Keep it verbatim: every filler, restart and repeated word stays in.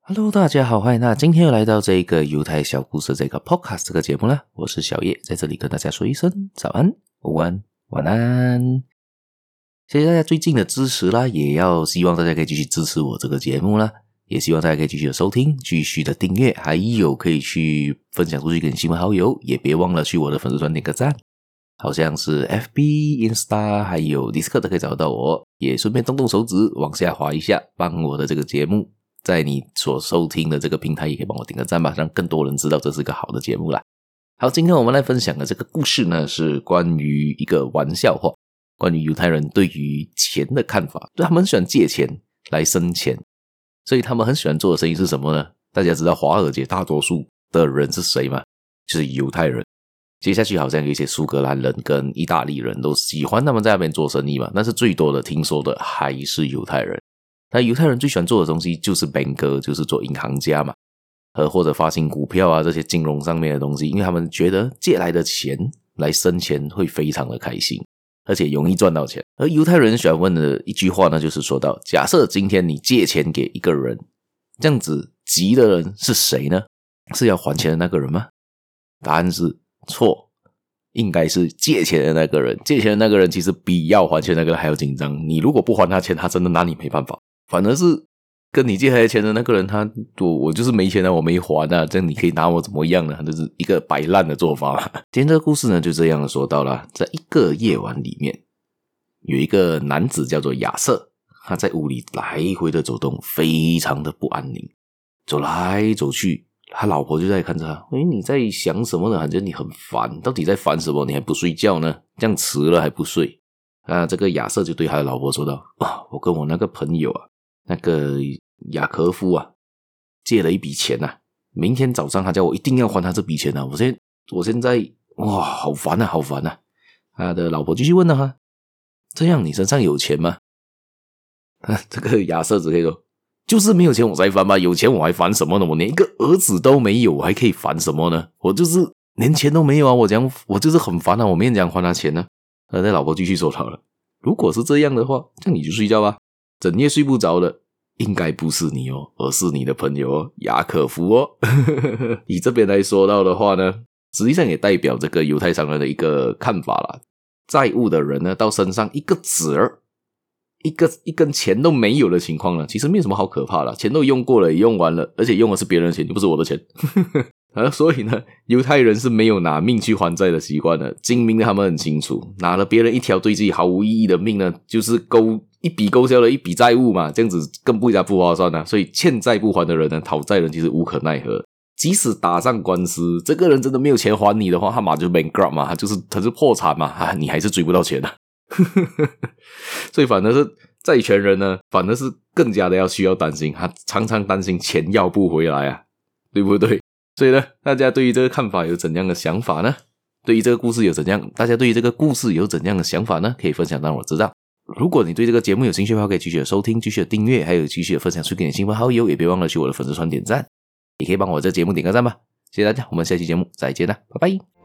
Hello， 大家好，欢迎那今天又来到这个犹太小故事这个 podcast 这个节目啦，我是小叶，在这里跟大家说一声早安、午安、晚安。谢谢大家最近的支持啦，也要希望大家可以继续支持我这个节目啦，也希望大家可以继续的收听，继续的订阅，还有可以去分享出去给你亲朋好友，也别忘了去我的粉丝团点个赞。好像是 F B、Insta 还有 Discord 都可以找得到我，也顺便动动手指往下滑一下，帮我的这个节目在你所收听的这个平台也可以帮我点个赞吧，让更多人知道这是个好的节目啦。好，今天我们来分享的这个故事呢，是关于一个玩笑话，关于犹太人对于钱的看法。对，他们很喜欢借钱来生钱，所以他们很喜欢做的生意是什么呢？大家知道华尔街大多数的人是谁吗？就是犹太人。接下去好像有一些苏格兰人跟意大利人都喜欢他们在那边做生意嘛，但是最多的听说的还是犹太人。那犹太人最喜欢做的东西就是 banker， 就是做银行家嘛，呃，或者发行股票啊，这些金融上面的东西，因为他们觉得借来的钱来生钱会非常的开心，而且容易赚到钱。而犹太人喜欢问的一句话呢，就是说到，假设今天你借钱给一个人，这样子急的人是谁呢？是要还钱的那个人吗？答案是错，应该是借钱的那个人。借钱的那个人其实比要还钱的那个人还要紧张，你如果不还他钱，他真的拿你没办法。反而是跟你借他钱的那个人，他我我就是没钱啊，我没还啊，这样你可以拿我怎么样呢？这是一个摆烂的做法。今天这个故事呢，就这样说到了，在一个夜晚里面，有一个男子叫做亚瑟，他在屋里来回的走动，非常的不安宁，走来走去。他老婆就在看着他，诶，你在想什么呢？感觉你很烦，到底在烦什么？你还不睡觉呢？这样迟了还不睡？啊，这个亚瑟就对他的老婆说道：啊，我跟我那个朋友啊，那个雅科夫啊，借了一笔钱啊，明天早上他叫我一定要还他这笔钱啊！我现在我现在哇，好烦啊，好烦啊！他的老婆继续问了哈，这样你身上有钱吗？啊，这个亚瑟只可以说，就是没有钱我才烦吧，有钱我还烦什么呢？我连一个儿子都没有，我还可以烦什么呢？我就是连钱都没有啊！我讲我就是很烦啊！我没人讲还他钱呢。他的老婆继续说好了，如果是这样的话，这样你就睡觉吧。整夜睡不着的，应该不是你哦，而是你的朋友哦，雅可夫哦。以这边来说到的话呢，实际上也代表这个犹太商人的一个看法啦。债务的人呢，到身上一个子儿。一个一根钱都没有的情况呢，其实没有什么好可怕的，钱都用过了也用完了，而且用的是别人的钱，又不是我的钱。啊，所以呢，犹太人是没有拿命去还债的习惯的，精明的他们很清楚，拿了别人一条对自己毫无意义的命呢，就是勾一笔勾销了一笔债务嘛，这样子更不加不划算啊。所以欠债不还的人呢，讨债人其实无可奈何。即使打上官司，这个人真的没有钱还你的话，他马上就 bankrupt 嘛，他就是他是破产嘛，啊，你还是追不到钱的。所以反而是债权人呢，反而是更加的要需要担心，他常常担心钱要不回来啊，对不对？所以呢，大家对于这个看法有怎样的想法呢？对于这个故事有怎样，大家对于这个故事有怎样的想法呢？可以分享让我知道。如果你对这个节目有兴趣的话，可以继续的收听，继续的订阅，还有继续的分享出给你亲朋好友，也别忘了去我的粉丝团点赞，也可以帮我这节目点个赞吧。谢谢大家，我们下期节目再见啦，拜拜。